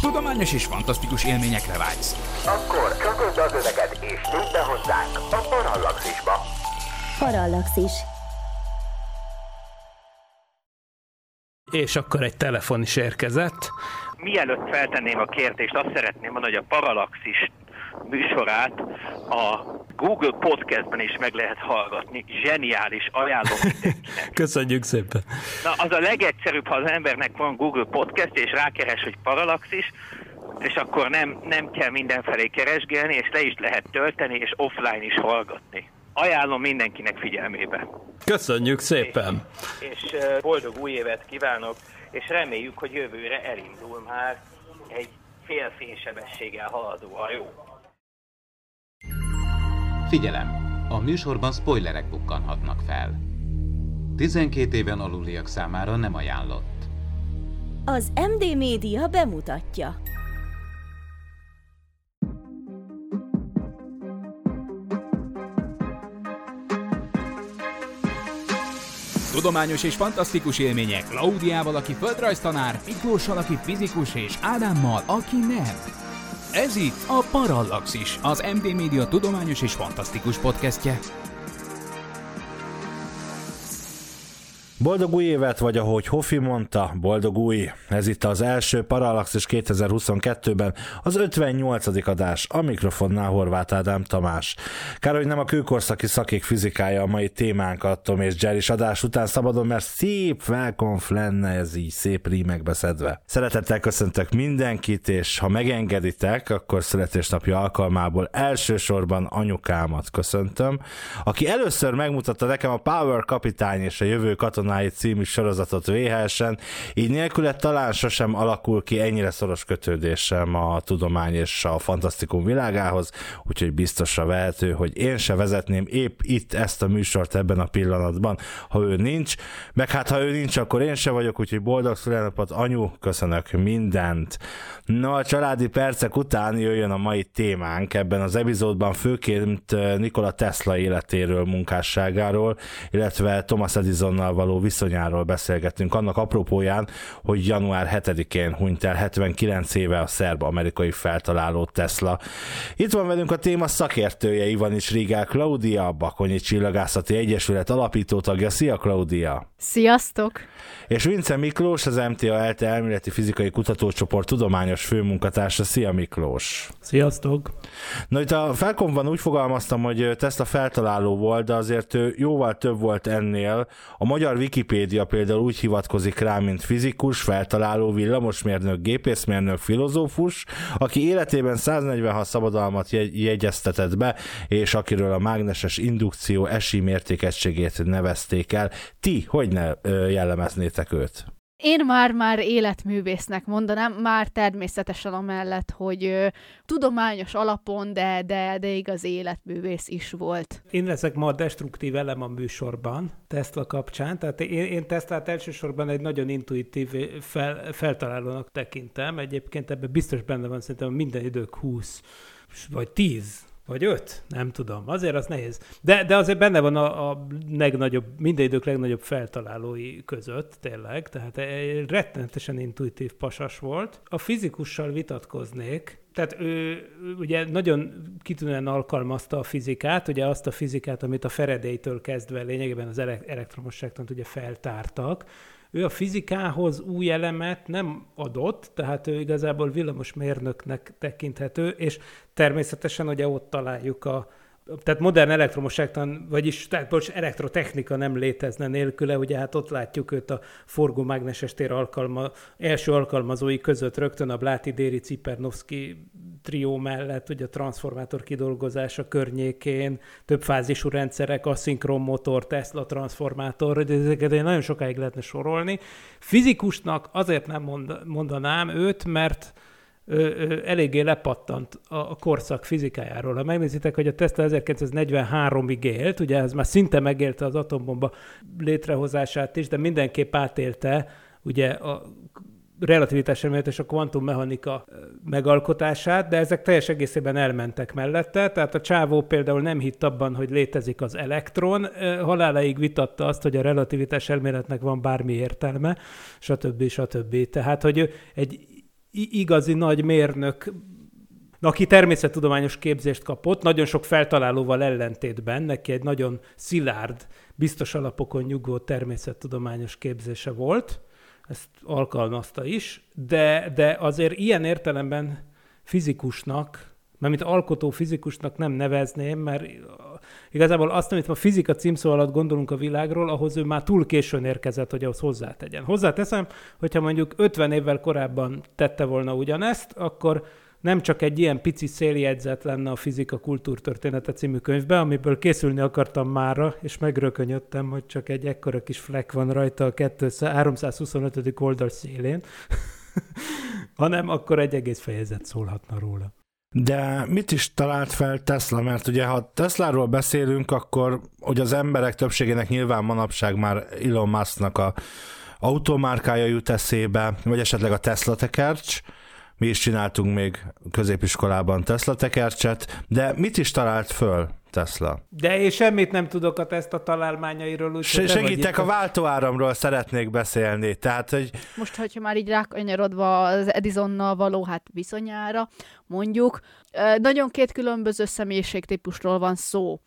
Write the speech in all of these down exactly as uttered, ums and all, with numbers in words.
tudományos és fantasztikus élményekre vágysz. Akkor csatold az öveket és nyújt be hozzánk a Parallaxisba. Parallaxis. És akkor egy telefon is érkezett. Mielőtt feltenném a kérdést, azt szeretném mondani, hogy a Parallaxis műsorát a Google Podcastben is meg lehet hallgatni. Zseniális, ajánlom mindenkinek. Köszönjük szépen. Na, az a legegyszerűbb, ha az embernek van Google Podcast, és rákeres, hogy Parallaxis, és akkor nem, nem kell mindenfelé keresgélni, és le is lehet tölteni, és offline is hallgatni. Ajánlom mindenkinek figyelmébe. Köszönjük szépen. És, és boldog új évet kívánok, és reméljük, hogy jövőre elindul már egy fél fénysebességgel haladó hajó. Figyelem! A műsorban spoilerek bukkanhatnak fel. tizenkét éven aluliak számára nem ajánlott. Az em dé Média bemutatja. Tudományos és fantasztikus élmények Klaudiával, aki földrajztanár, Miklóssal, aki fizikus, és Ádámmal, aki nem. Ez itt a Parallaxis, az em dé Média tudományos és fantasztikus podcastje. Boldog új évet, vagy ahogy Hofi mondta, boldog új! Ez itt az első Parallaxis kétezer-huszonkettőben, az ötvennyolcadik adás, a mikrofonnál Horváth Ádám Tamás. Kár, hogy nem a kőkorszaki szakik fizikája a mai témánk a Tom és Jerry adás után szabadon, mert szép felkonf lenne ez így szép rímekbe szedve. Szeretettel köszöntök mindenkit, és ha megengeditek, akkor születésnapja alkalmából elsősorban anyukámat köszöntöm, aki először megmutatta nekem a Power Kapitány és a Jövő Katonái című sorozatot vé há esen, így nélküle talán sosem alakul ki ennyire szoros kötődésem a tudomány és a fantasztikum világához, úgyhogy biztosra vehető, hogy én se vezetném épp itt ezt a műsort ebben a pillanatban, ha ő nincs, meg hát ha ő nincs, akkor én se vagyok, úgyhogy boldog születésnapot, anyu, köszönök mindent. No, a családi percek után jöjjön a mai témánk. Ebben az epizódban főként Nikola Tesla életéről, munkásságáról, illetve Thomas Edisonnal való viszonyáról beszélgettünk, annak apropóján, hogy január hetedikén hunyt el hetvenkilenc éve a szerb-amerikai feltaláló Tesla. Itt van velünk a téma szakértője, Ivanics Rigál Klaudia, a Bakonyi Csillagászati Egyesület alapítótagja. Szia, Klaudia! Sziasztok! És Vince Miklós, az em té á ELTE elméleti fizikai kutatócsoport tudományos főmunkatársa. Szia, Miklós! Sziasztok! Na, itt a felkonban úgy fogalmaztam, hogy Tesla feltaláló volt, de azért ő jóval több volt ennél. A magyar Wikipédia például úgy hivatkozik rá, mint fizikus, feltaláló, villamosmérnök, gépészmérnök, filozófus, aki életében száznegyvenhat szabadalmat jegy- jegyeztetett be, és akiről a mágneses indukció esély mértékegységét nevezték el. Ti hogy ne jellemeznétek őt? Én már-már életművésznek mondanám, már természetesen amellett, hogy ö, tudományos alapon, de, de, de igaz életművész is volt. Én leszek ma a destruktív elem a műsorban Tesla kapcsán, tehát én, én Teslát elsősorban egy nagyon intuitív fel, feltalálónak tekintem. Egyébként ebben biztos benne van szerintem minden idők húsz vagy tíz vagy öt, nem tudom, azért az nehéz. De, de azért benne van a, a legnagyobb, minden idők legnagyobb feltalálói között, tényleg, tehát egy rettenetesen intuitív pasas volt. A fizikussal vitatkoznék, tehát ő ugye nagyon kitűnően alkalmazta a fizikát, ugye azt a fizikát, amit a Faradaytől kezdve lényegében az elektromosságtant ugye feltártak. Ő a fizikához új elemet nem adott, tehát ő igazából villamosmérnöknek tekinthető, és természetesen ugye ott találjuk a, tehát modern elektromosságtan, vagyis tehát, bocs, elektrotechnika nem létezne nélküle, ugye hát ott látjuk őt a forgómágneses tér alkalma, első alkalmazói között rögtön a Bláti-Déri-Cipernovszky trió mellett, ugye a transformátor kidolgozása környékén, többfázisú rendszerek, aszinkron motor, Tesla transformátor, ezeket nagyon sokáig lehetne sorolni. Fizikusnak azért nem mondanám őt, mert Ö, ö, eléggé lepattant a, a korszak fizikájáról. Ha megnézitek, hogy a Tesla ezerkilencszáznegyvenháromig élt, ugye ez már szinte megélte az atombomba létrehozását is, de mindenképp átélte ugye a relativitás elmélet és a kvantummechanika megalkotását, de ezek teljes egészében elmentek mellette, tehát a csávó például nem hitt abban, hogy létezik az elektron, haláláig vitatta azt, hogy a relativitás elméletnek van bármi értelme, stb. stb. Tehát, hogy egy igazi nagy mérnök, aki természettudományos képzést kapott, nagyon sok feltalálóval ellentétben, neki egy nagyon szilárd, biztos alapokon nyugvó természettudományos képzése volt, ezt alkalmazta is, de, de azért ilyen értelemben fizikusnak, mert mint alkotó fizikusnak nem nevezném, mert igazából azt, amit a fizika címszó alatt gondolunk a világról, ahhoz ő már túl későn érkezett, hogy ahhoz hozzátegyen. Hozzáteszem, hogyha mondjuk ötven évvel korábban tette volna ugyanezt, akkor nem csak egy ilyen pici széljegyzet lenne a Fizika kultúrtörténete című könyvben, amiből készülni akartam mára, és megrökönyödtem, hogy csak egy ekkora kis flek van rajta a háromszázhuszonötödik oldal szélén, hanem akkor egy egész fejezet szólhatna róla. De mit is talált fel Tesla? Mert ugye, ha Tesláról beszélünk, akkor hogy az emberek többségének nyilván manapság már Elon Musknak a automárkája jut eszébe, vagy esetleg a Tesla tekercs. Mi is csináltunk még középiskolában Tesla tekercset, de mit is talált föl Tesla? De én semmit nem tudok a Tesla találmányairól. Úgy, Se- segítek, a váltóáramról szeretnék beszélni. Tehát, hogy... Most, hogyha már így rákanyarodva az Edisonnal való hát viszonyára, mondjuk, nagyon két különböző személyiségtípusról van szó.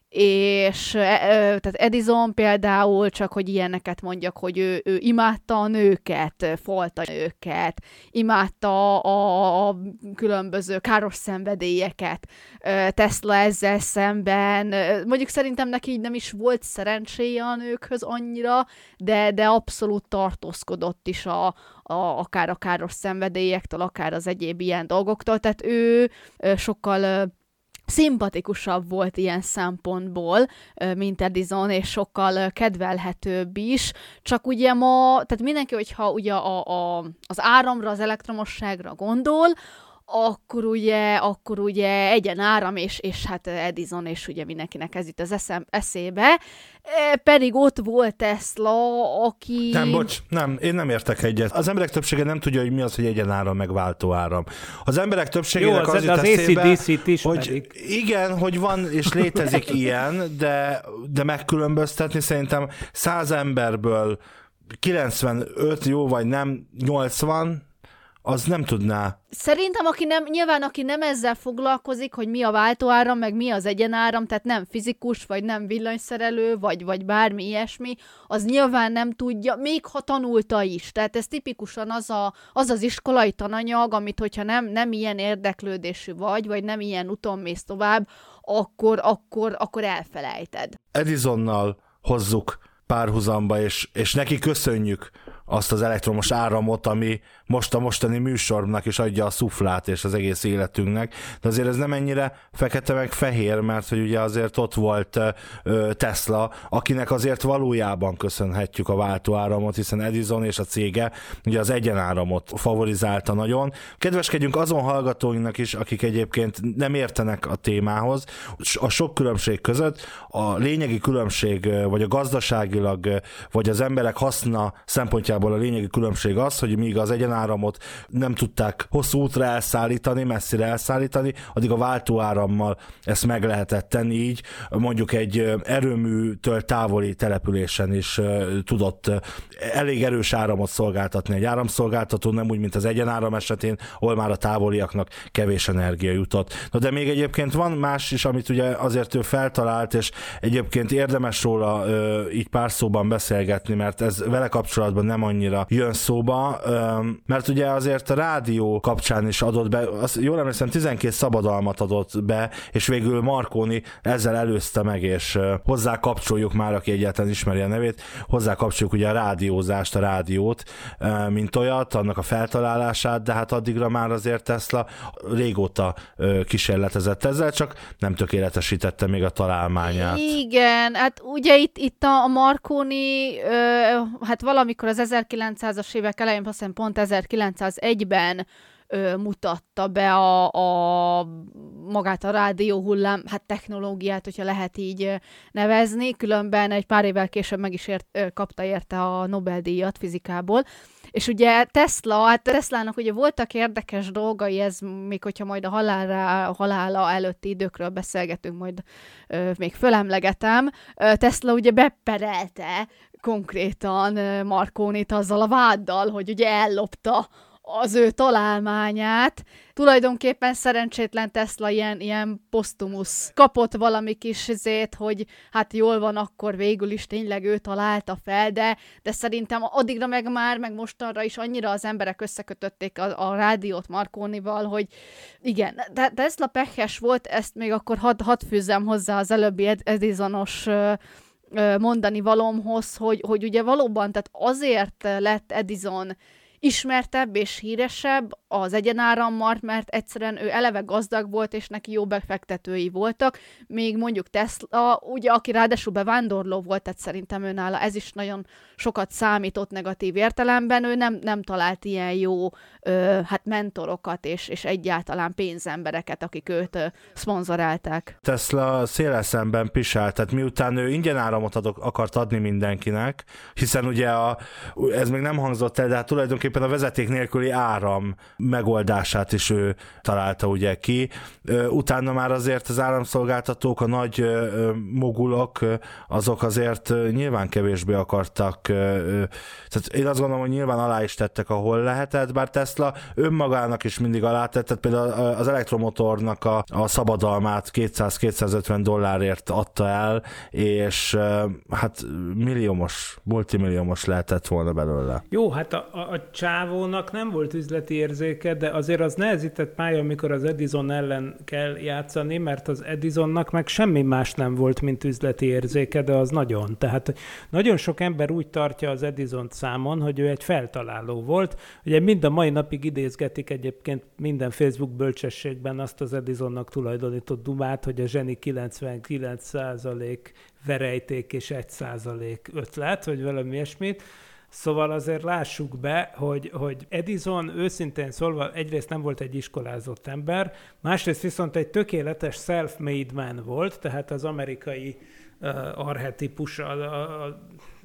És tehát Edison például, csak hogy ilyeneket mondjak, hogy ő, ő imádta a nőket, folta nőket, imádta a, a különböző káros szenvedélyeket. Tesla ezzel szemben, mondjuk szerintem neki így nem is volt szerencséje a nőkhöz annyira, de, de abszolút tartózkodott is a, a, akár a káros szenvedélyektől, akár az egyéb ilyen dolgoktól, tehát ő sokkal szimpatikusabb volt ilyen szempontból, mint Edison, és sokkal kedvelhetőbb is. Csak ugye ma, tehát mindenki, hogyha ugye a, a, az áramra, az elektromosságra gondol, akkor ugye, akkor ugye egyen áram, és, és hát Edison, és ugye mindenkinek ez itt az eszem, eszébe. E, pedig ott volt Tesla, aki... Nem, bocs, nem, én nem értek egyet. Az emberek többsége nem tudja, hogy mi az, hogy egyen áram, meg váltó áram. Az emberek többségének Jó, az, az jut az eszébe, á cé dé cét hogy igen, hogy van és létezik ilyen, de, de megkülönböztetni szerintem száz emberből kilencvenöt, jó vagy nem, nyolcvan, az nem tudná. Szerintem, aki nem, nyilván aki nem ezzel foglalkozik, hogy mi a váltóáram, meg mi az egyenáram, tehát nem fizikus, vagy nem villanyszerelő, vagy, vagy bármi ilyesmi, az nyilván nem tudja, még ha tanulta is. Tehát ez tipikusan az a, az, az iskolai tananyag, amit hogyha nem, nem ilyen érdeklődésű vagy, vagy nem ilyen úton mész tovább, akkor, akkor, akkor elfelejted. Edisonnal hozzuk párhuzamba, és, és neki köszönjük azt az elektromos áramot, ami most a mostani műsornak is adja a szuflát és az egész életünknek. De azért ez nem ennyire fekete meg fehér, mert hogy ugye azért ott volt ö, Tesla, akinek azért valójában köszönhetjük a váltóáramot, hiszen Edison és a cége ugye az egyenáramot favorizálta nagyon. Kedveskedjünk azon hallgatóinknak is, akik egyébként nem értenek a témához. A sok különbség között a lényegi különbség, vagy a gazdaságilag, vagy az emberek haszna szempontjából a lényegi különbség az, hogy míg az egyenáramot nem tudták hosszú útra elszállítani, messzire elszállítani, addig a váltóárammal ezt meg lehetett tenni, így mondjuk egy erőműtől távoli településen is tudott elég erős áramot szolgáltatni egy áramszolgáltató, nem úgy, mint az egyenáram esetén, ahol már a távoliaknak kevés energia jutott. Na de még egyébként van más is, amit ugye azért ő feltalált, és egyébként érdemes róla így pár szóban beszélgetni, mert ez vele kapcsolatban nem annyira jön szóba, mert ugye azért a rádió kapcsán is adott be, azt jól emlékszem, tizenkét szabadalmat adott be, és végül Marconi ezzel előzte meg, és hozzá kapcsoljuk már, aki egyáltalán ismeri a nevét, hozzá kapcsoljuk ugye a rádiózást, a rádiót, mint olyat, annak a feltalálását, de hát addigra már azért Tesla régóta kísérletezett ezzel, csak nem tökéletesítette még a találmányát. Igen, hát ugye itt, itt a Marconi, hát valamikor az ezerkilencszázas évek elején, azt hiszem pont ezerkilencszázegyben ö, mutatta be a, a magát a rádióhullám, hát technológiát, hogyha lehet így nevezni, különben egy pár évvel később meg is ért, ö, kapta érte a Nobel-díjat fizikából. És ugye Tesla, hát Teslának ugye voltak érdekes dolgai, ez még hogyha majd a halálra, halála előtti időkről beszélgetünk, majd ö, még fölemlegetem. Ö, Tesla ugye beperelte konkrétan Marconit azzal a váddal, hogy ugye ellopta az ő találmányát. Tulajdonképpen szerencsétlen Tesla ilyen, ilyen posztumusz kapott valami kis izét, hogy hát jól van, akkor végül is tényleg ő találta fel, de, de szerintem addigra meg már, meg mostanra is annyira az emberek összekötötték a, a rádiót Marconival, hogy igen, de Tesla pekhes volt, ezt még akkor hadd had fűzzem hozzá az előbbi Edisonos mondani valomhoz, hogy, hogy ugye valóban, tehát azért lett Edison ismertebb és híresebb az egyenárammal, mert egyszerűen ő eleve gazdag volt, és neki jó befektetői voltak, még mondjuk Tesla, ugye, aki ráadásul bevándorló volt, tehát szerintem őnála ez is nagyon sokat számított negatív értelemben, ő nem, nem talált ilyen jó ö, hát mentorokat, és, és egyáltalán pénzembereket, akik őt ö, szponzorálták. Tesla széles szemben pisált, tehát miután ő ingyen áramot adok, akart adni mindenkinek, hiszen ugye a, ez még nem hangzott el, de hát tulajdonképpen a vezeték nélküli áram megoldását is ő találta ugye ki. Utána már azért az áramszolgáltatók, a nagy mogulok, azok azért nyilván kevésbé akartak. Tehát én azt gondolom, hogy nyilván alá is tettek, ahol lehetett, bár Tesla önmagának is mindig alátett, tehát például az elektromotornak a, a szabadalmát kétszáz-kétszázötven dollárért adta el, és hát milliómos, multimilliómos lehetett volna belőle. Jó, hát a, a, a csávónak nem volt üzleti érzéke, de azért az nehezített pálya, amikor az Edison ellen kell játszani, mert az Edisonnak meg semmi más nem volt, mint üzleti érzéke, de az nagyon. Tehát nagyon sok ember úgy tartja az Edisont számon, hogy ő egy feltaláló volt. Ugye mind a mai napig idézgetik egyébként minden Facebook bölcsességben azt az Edisonnak tulajdonított dumát, hogy a zseni kilencvenkilenc százalék verejték és egy százalék ötlet, vagy valami ilyesmit. Szóval azért lássuk be, hogy, hogy Edison őszintén szólva egyrészt nem volt egy iskolázott ember, másrészt viszont egy tökéletes self-made man volt, tehát az amerikai uh, archetípus, a, a, a,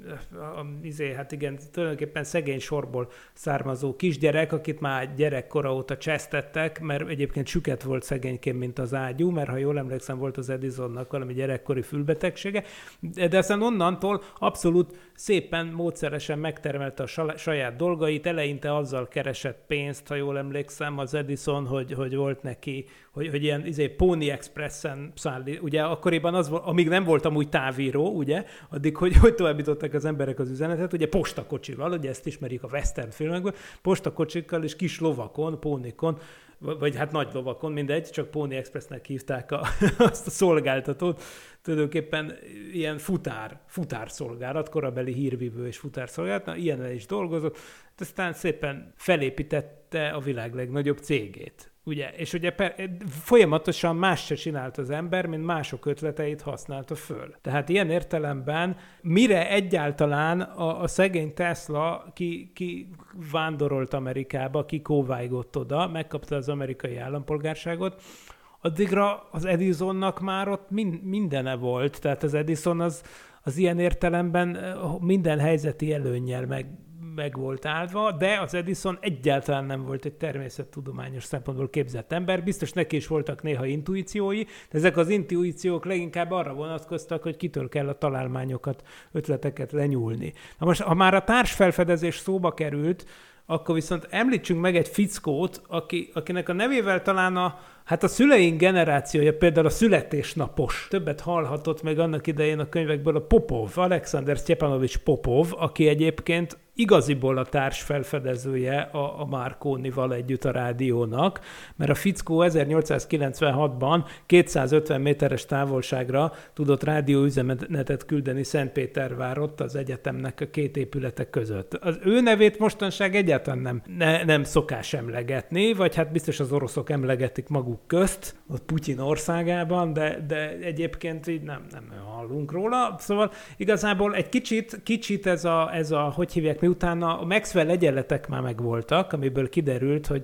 a, izé, hát igen, tulajdonképpen szegény sorból származó kisgyerek, akit már gyerekkora óta csesztettek, mert egyébként süket volt szegényként, mint az ágyú, mert ha jól emlékszem, volt az Edisonnak valami gyerekkori fülbetegsége, de aztán onnantól abszolút szépen, módszeresen megtermelte a saját dolgait, eleinte azzal keresett pénzt, ha jól emlékszem, az Edison, hogy, hogy volt neki, hogy, hogy ilyen izé, Pony Expressen szállít, ugye akkoriban az volt, amíg nem volt amúgy távíró, ugye, addig, hogy, hogy továbbították az emberek az üzenetet, ugye postakocsival, ugye ezt ismerjük a western filmekből, postakocsikkal és kis lovakon, pónikon, vagy hát nagy lovakon, mindegy, csak Pony Expressnek hívták a, azt a szolgáltatót, tulajdonképpen ilyen futár, futárszolgálat, korabeli hírvívő és futárszolgálat, na, ilyennel is dolgozott, aztán szépen felépítette a világ legnagyobb cégét. Ugye? És ugye per, folyamatosan más se csinált az ember, mint mások ötleteit használta föl. Tehát ilyen értelemben, mire egyáltalán a, a szegény Tesla ki, ki vándorolt Amerikába, ki kóvájgott oda, megkapta az amerikai állampolgárságot, addigra az Edisonnak már ott min, mindene volt. Tehát az Edison az, az ilyen értelemben minden helyzeti előnnyel meg meg volt állva, de az Edison egyáltalán nem volt egy természettudományos szempontból képzett ember. Biztos neki is voltak néha intuíciói, de ezek az intuíciók leginkább arra vonatkoztak, hogy kitől kell a találmányokat, ötleteket lenyúlni. Na most, ha már a társfelfedezés szóba került, akkor viszont említsünk meg egy fickót, aki, akinek a nevével talán a, hát a szüleink generációja, például a születésnapos. Többet hallhatott meg annak idején a könyvekből a Popov, Alexander Sztyepanovics Popov, aki egyébként igaziból a társfelfedezője a, a Marconival együtt a rádiónak, mert a fickó ezernyolcszázkilencvenhatban kétszázötven méteres távolságra tudott rádióüzenetet küldeni Szentpétervárott az egyetemnek a két épülete között. Az ő nevét mostanság egyáltalán nem, ne, nem szokás emlegetni, vagy hát biztos az oroszok emlegetik maguk közt, ott Putyin országában, de, de egyébként így nem, nem hallunk róla. Szóval igazából egy kicsit, kicsit ez a, ez a hogy hívják, miután a Maxwell egyenletek már megvoltak, amiből kiderült, hogy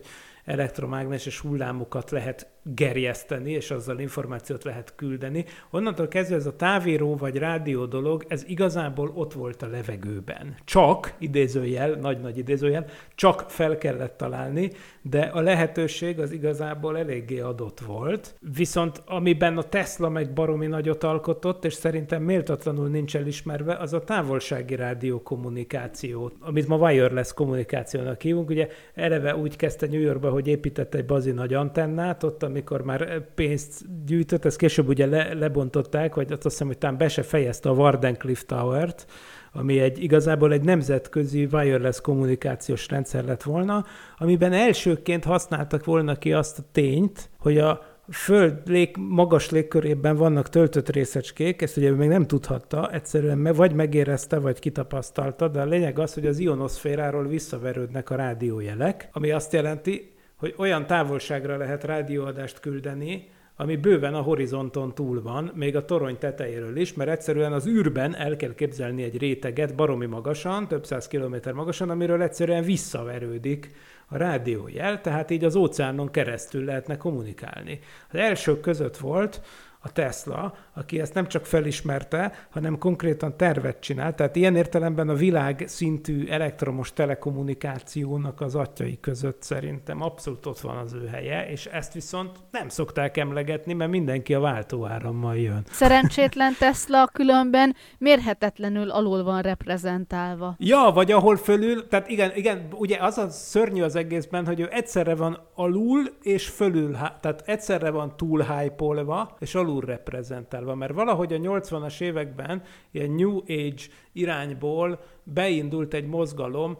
elektromágneses hullámokat lehet gerjeszteni, és azzal információt lehet küldeni. Onnantól kezdve ez a távíró vagy rádió dolog, ez igazából ott volt a levegőben. Csak, idézőjel, nagy-nagy idézőjel, csak fel kellett találni, de a lehetőség az igazából eléggé adott volt. Viszont amiben a Tesla meg baromi nagyot alkotott, és szerintem méltatlanul nincs elismerve, az a távolsági rádiókommunikáció, amit ma wireless kommunikációnak hívunk. Ugye eleve úgy kezdte New Yorkba, hogy épített egy bazi nagy antennát, ott amikor már pénzt gyűjtött, ezt később ugye le, lebontották, vagy azt hiszem, hogy talán be se fejezte a Wardenclyffe Towert, ami egy, igazából egy nemzetközi wireless kommunikációs rendszer lett volna, amiben elsőként használtak volna ki azt a tényt, hogy a Föld lég, magas légkörében vannak töltött részecskék, ezt ugye még nem tudhatta, egyszerűen vagy megérezte, vagy kitapasztalta, de a lényeg az, hogy az ionoszféráról visszaverődnek a rádiójelek, ami azt jelenti, hogy olyan távolságra lehet rádióadást küldeni, ami bőven a horizonton túl van, még a torony tetejéről is, mert egyszerűen az űrben el kell képzelni egy réteget baromi magasan, több száz kilométer magasan, amiről egyszerűen visszaverődik a rádiójel, tehát így az óceánon keresztül lehetne kommunikálni. Az elsők között volt a Tesla, aki ezt nem csak felismerte, hanem konkrétan tervet csinált. Tehát ilyen értelemben a világ szintű elektromos telekommunikációnak az atyai között szerintem abszolút ott van az ő helye, és ezt viszont nem szokták emlegetni, mert mindenki a váltóárammal jön. Szerencsétlen Tesla különben mérhetetlenül alul van reprezentálva. Ja, vagy ahol fölül, tehát igen, igen, ugye az a szörnyű az egészben, hogy ő egyszerre van alul és fölül, tehát egyszerre van túl hype-olva, és alul reprezentálva, mert valahogy a nyolcvanas években ilyen New Age irányból beindult egy mozgalom,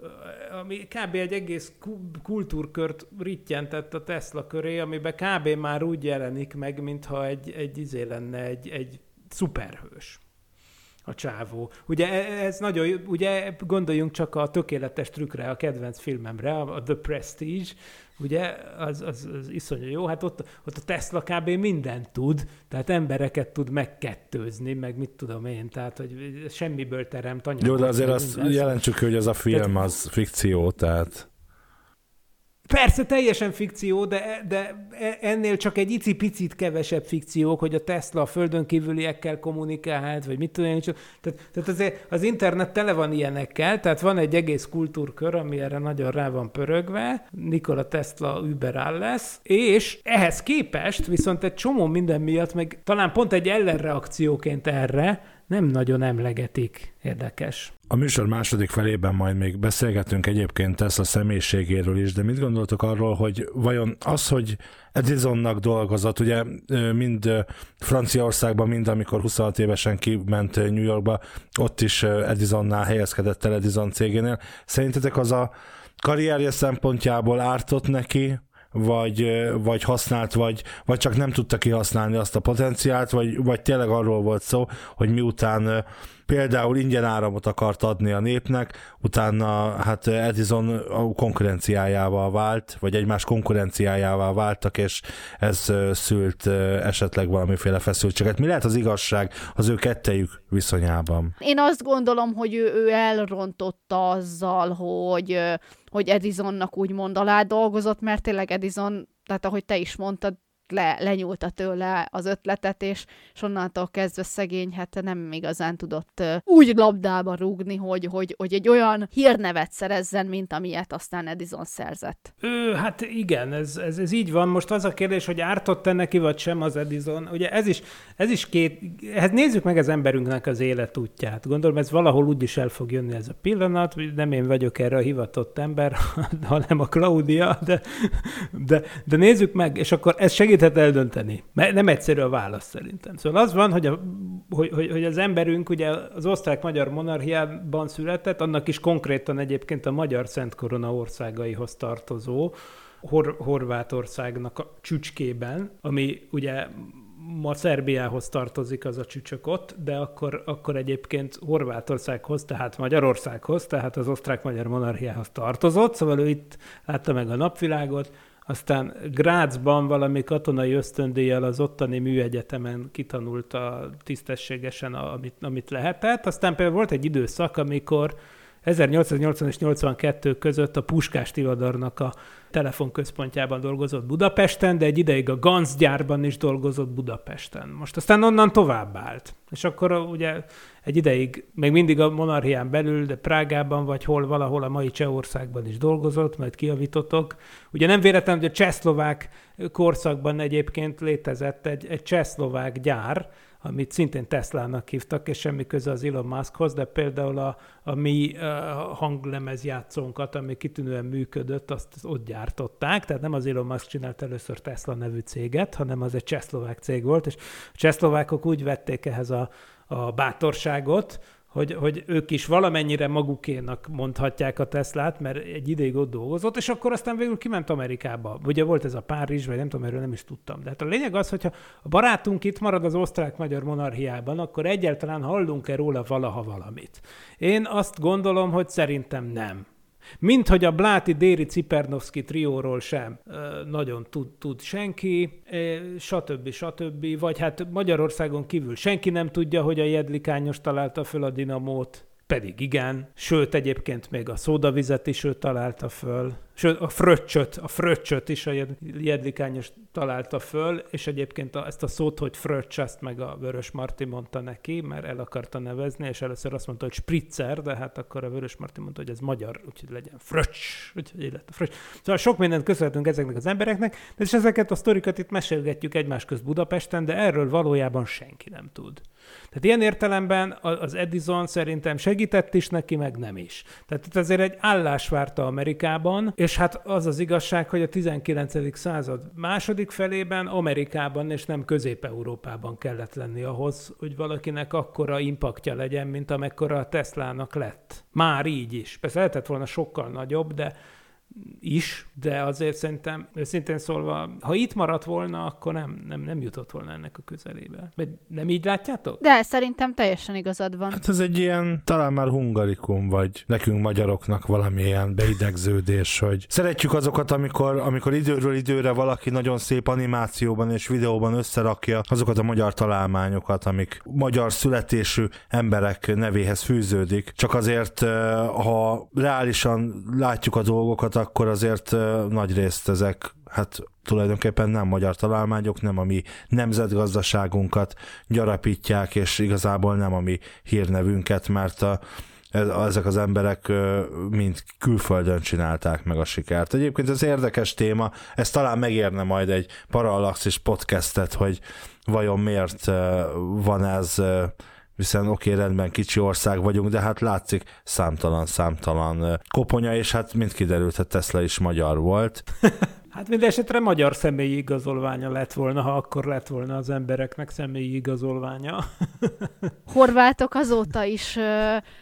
ami kb. Egy egész kultúrkört rittyentett a Tesla köré, amiben kb. Már úgy jelenik meg, mintha egy, egy izé lenne, egy, egy szuperhős a csávó. Ugye ez nagyon, ugye gondoljunk csak a tökéletes trükkre, a kedvenc filmemre, a The Prestige, ugye, az, az, az iszonyú jó, hát ott, ott a Tesla kb. Mindent tud, tehát embereket tud megkettőzni, meg mit tudom én, tehát hogy semmiből teremt anyagot. Jó, de azért azt jelentsük, hogy ez a film az fikció, tehát... Persze, teljesen fikció, de, de ennél csak egy icipicit kevesebb fikciók, hogy a Tesla a földön kívüliekkel kommunikálhat, vagy mit tudom én. Tehát, tehát azért az internet tele van ilyenekkel, tehát van egy egész kultúrkör, ami erre nagyon rá van pörögve, Nikola Tesla überall lesz, és ehhez képest viszont egy csomó minden miatt, meg talán pont egy ellenreakcióként erre nem nagyon emlegetik. Érdekes. A műsor második felében majd még beszélgetünk egyébként Tesla személyiségéről is, de mit gondoltok arról, hogy vajon az, hogy Edisonnak dolgozott, ugye mind Franciaországban, mind amikor huszonhat évesen kiment New Yorkba, ott is Edisonnál helyezkedett el, Edison cégénél. Szerintetek az a karrierje szempontjából ártott neki, vagy, vagy használt, vagy, vagy csak nem tudta kihasználni azt a potenciált, vagy, vagy tényleg arról volt szó, hogy miután például ingyen áramot akart adni a népnek, utána hát Edison a konkurenciájával vált, vagy egymás konkurenciájával váltak, és ez szült esetleg valamiféle feszültséget. Mi lehet az igazság az ő kettejük viszonyában? Én azt gondolom, hogy ő, ő elrontotta azzal, hogy, hogy Edisonnak úgymond alá dolgozott, mert tényleg Edison, tehát ahogy te is mondtad, Le, lenyúlta tőle az ötletet, és, és onnantól kezdve szegény, hát nem igazán tudott uh, úgy labdába rúgni, hogy, hogy, hogy egy olyan hírnevet szerezzen, mint amilyet aztán Edison szerzett. Ő, hát igen, ez, ez, ez így van. Most az a kérdés, hogy ártott-e neki, vagy sem az Edison. Ugye ez is, ez is két... Hát nézzük meg az emberünknek az életútját. Gondolom, ez valahol úgy is el fog jönni ez a pillanat, nem én vagyok erre a hivatott ember, hanem a Claudia, de, de, de nézzük meg, és akkor ez segít eldönteni. Mert nem egyszerű a válasz szerintem. Szóval az van, hogy, a, hogy, hogy, hogy az emberünk ugye az osztrák-magyar monarchiában született, annak is konkrétan egyébként a Magyar Szent Korona országaihoz tartozó Hor- Horvátországnak a csücskében, ami ugye ma Szerbiához tartozik az a csücsök ott, de akkor, akkor egyébként Horvátországhoz, tehát Magyarországhoz, tehát az osztrák-magyar monarchiához tartozott, szóval ő itt látta meg a napvilágot. Aztán Grazban valami katonai ösztöndíjjal az ottani műegyetemen kitanulta tisztességesen, amit, amit lehetett. Aztán például volt egy időszak, amikor ezernyolcszáznyolcvan és nyolcvankettő között a Puskás Tivadarnak a telefonközpontjában dolgozott Budapesten, de egy ideig a Ganz gyárban is dolgozott Budapesten. Most aztán onnan tovább állt. És akkor ugye egy ideig, még mindig a monarchián belül, de Prágában vagy hol, valahol a mai Csehországban is dolgozott, majd kijavítotok. Ugye nem véletlen, hogy a csehszlovák korszakban egyébként létezett egy, egy csehszlovák gyár, amit szintén Teslának hívtak, és semmi köze az Elon Muskhoz, de például a, a mi uh, hanglemezjátszónkat, ami kitűnően működött, azt ott gyártották, tehát nem az Elon Musk csinált először Tesla nevű céget, hanem az egy csehszlovák cég volt, és a csehszlovákok úgy vették ehhez a, a bátorságot, hogy, hogy ők is valamennyire magukénak mondhatják a Teslát, mert egy ideig ott dolgozott, és akkor aztán végül kiment Amerikába. Ugye volt ez a Párizs, vagy nem tudom, erről nem is tudtam. De hát a lényeg az, hogyha a barátunk itt marad az osztrák-magyar monarchiában, akkor egyáltalán hallunk-e róla valaha valamit? Én azt gondolom, hogy szerintem nem. Mint hogy a Bláti Déri Cipernovszky trióról sem e, nagyon tud, tud senki, e, stb. stb. Vagy hát Magyarországon kívül senki nem tudja, hogy a Jedlikányos találta föl a dinamót, pedig igen. Sőt, egyébként még a szódavizet is ő találta föl. Sőt, a fröccsöt, a fröccsöt is a Jedlikányos találta föl, és egyébként a, ezt a szót, hogy fröccs, azt meg a Vörös Marti mondta neki, mert el akarta nevezni, és először azt mondta, hogy spritzer, de hát akkor a Vörös Marti mondta, hogy ez magyar, úgyhogy legyen fröccs, úgyhogy lett a fröccs. Szóval sok mindent köszönhetünk ezeknek az embereknek, de és ezeket a sztorikat itt mesélgetjük egymás közt Budapesten, de erről valójában senki nem tud. Tehát ilyen értelemben az Edison szerintem segített is neki, meg nem is. Tehát itt azért egy állás várta Amerikában, és hát az az igazság, hogy a tizenkilencedik század második felében Amerikában és nem Közép-Európában kellett lenni ahhoz, hogy valakinek akkora impaktja legyen, mint amekkora a Teslának lett. Már így is. Persze lehetett volna sokkal nagyobb, de is, de azért szerintem, őszintén szólva, ha itt maradt volna, akkor nem, nem, nem jutott volna ennek a közelébe. Nem így látjátok? De szerintem teljesen igazad van. Hát ez egy ilyen, talán már hungarikum, vagy nekünk magyaroknak valamilyen beidegződés, hogy szeretjük azokat, amikor, amikor időről időre valaki nagyon szép animációban és videóban összerakja azokat a magyar találmányokat, amik magyar születésű emberek nevéhez fűződik. Csak azért, ha reálisan látjuk a dolgokat, akkor azért uh, nagy részt ezek, hát tulajdonképpen nem magyar találmányok, nem a mi nemzetgazdaságunkat gyarapítják, és igazából nem a mi hírnevünket, mert a, ezek az emberek uh, mind külföldön csinálták meg a sikert. Egyébként ez érdekes téma, ez talán megérne majd egy Parallaxis podcastet, hogy vajon miért uh, van ez, uh, hiszen oké, okay, rendben kicsi ország vagyunk, de hát látszik számtalan-számtalan koponya, és hát mint kiderült, hát Tesla is magyar volt. Hát mindesetre magyar személyi igazolványa lett volna, ha akkor lett volna az embereknek személyi igazolványa. Horvátok azóta is uh,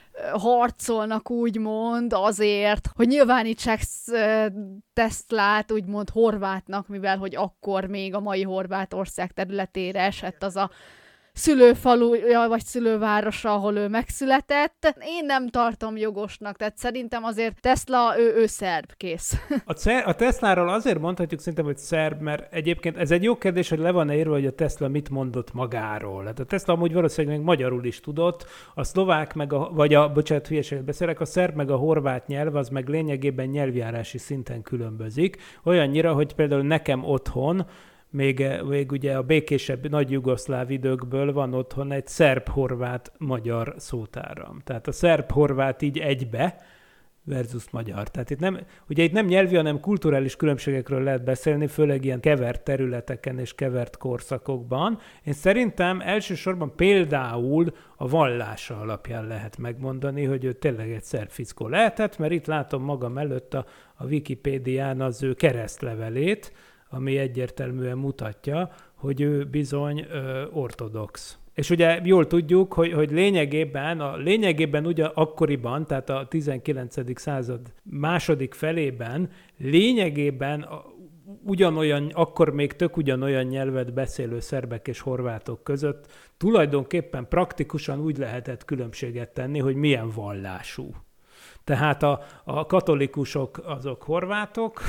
harcolnak úgymond azért, hogy nyilvánítsák uh, Teslát úgymond horvátnak, mivel hogy akkor még a mai Horvátország területére esett az a szülőfaluja, vagy szülővárosa, ahol ő megszületett. Én nem tartom jogosnak, tehát szerintem azért Tesla, ő, ő szerb, kész. A, cer- a Tesláról azért mondhatjuk szerintem, hogy szerb, mert egyébként ez egy jó kérdés, hogy le van írva, hogy a Tesla mit mondott magáról. Hát a Tesla amúgy valószínűleg még magyarul is tudott, a szlovák meg a, vagy a, bocsánat, hülyeséget beszélek, a szerb meg a horvát nyelv, az meg lényegében nyelvjárási szinten különbözik. Olyannyira, hogy például nekem otthon Még, még ugye a békésebb nagy jugoszláv időkből van otthon egy szerb-horvát-magyar szótáram. Tehát a szerb-horvát így egybe versus magyar. Tehát itt nem, ugye itt nem nyelvi, hanem kulturális különbségekről lehet beszélni, főleg ilyen kevert területeken és kevert korszakokban. Én szerintem elsősorban például a vallása alapján lehet megmondani, hogy ő tényleg egy szerb fickó lehetett, mert itt látom magam előtt a, a Wikipédián az ő keresztlevelét, ami egyértelműen mutatja, hogy ő bizony ö, ortodox. És ugye jól tudjuk, hogy, hogy lényegében, a, lényegében ugye akkoriban, tehát a tizenkilencedik század második felében lényegében a, ugyanolyan, akkor még tök ugyanolyan nyelvet beszélő szerbek és horvátok között tulajdonképpen praktikusan úgy lehetett különbséget tenni, hogy milyen vallású. Tehát a, a katolikusok azok horvátok,